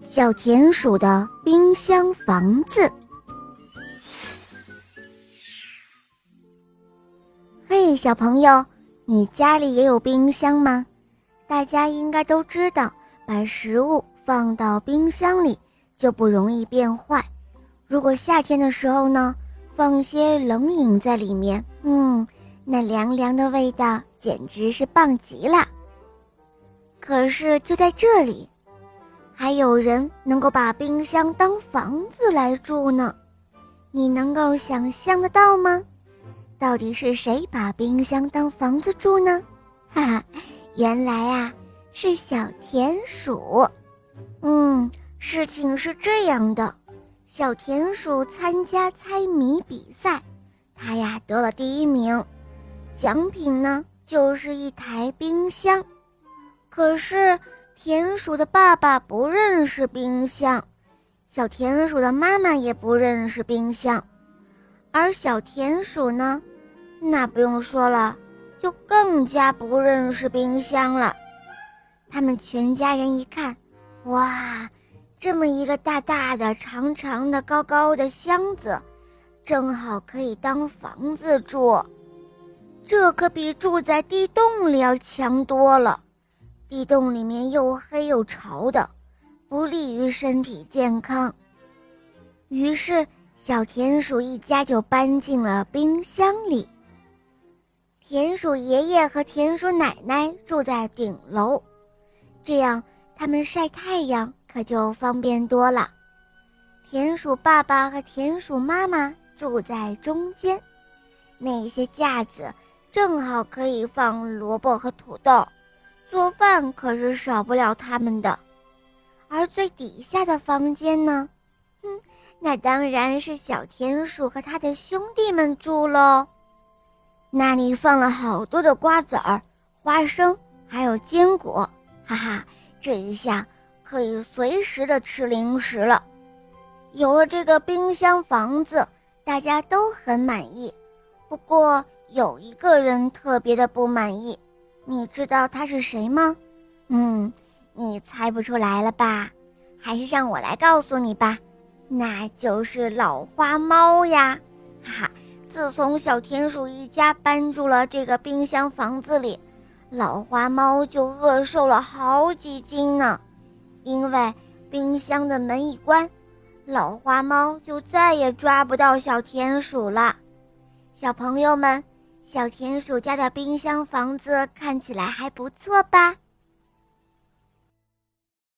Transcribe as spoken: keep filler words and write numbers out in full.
小田鼠的冰箱房子。嘿，小朋友，你家里也有冰箱吗？大家应该都知道，把食物放到冰箱里就不容易变坏。如果夏天的时候呢，放些冷饮在里面，嗯，那凉凉的味道简直是棒极了。可是就在这里，还有人能够把冰箱当房子来住呢，你能够想象得到吗？到底是谁把冰箱当房子住呢？哈哈，原来啊，是小田鼠。嗯，事情是这样的，小田鼠参加猜谜比赛，它呀得了第一名，奖品呢就是一台冰箱。可是田鼠的爸爸不认识冰箱，小田鼠的妈妈也不认识冰箱，而小田鼠呢，那不用说了，就更加不认识冰箱了。他们全家人一看，哇，这么一个大大的、长长的、高高的箱子，正好可以当房子住，这可比住在地洞里要强多了。地洞里面又黑又潮的，不利于身体健康。于是小田鼠一家就搬进了冰箱里。田鼠爷爷和田鼠奶奶住在顶楼，这样他们晒太阳可就方便多了。田鼠爸爸和田鼠妈妈住在中间，那些架子正好可以放萝卜和土豆，做饭可是少不了他们的。而最底下的房间呢，嗯，那当然是小田鼠和他的兄弟们住喽。那里放了好多的瓜子儿、花生，还有坚果，哈哈，这一下可以随时的吃零食了。有了这个冰箱房子，大家都很满意。不过有一个人特别的不满意，你知道他是谁吗？嗯，你猜不出来了吧？还是让我来告诉你吧，那就是老花猫呀！哈哈，自从小田鼠一家搬住了这个冰箱房子里，老花猫就饿瘦了好几斤呢。因为冰箱的门一关，老花猫就再也抓不到小田鼠了。小朋友们，小田鼠家的冰箱房子看起来还不错吧？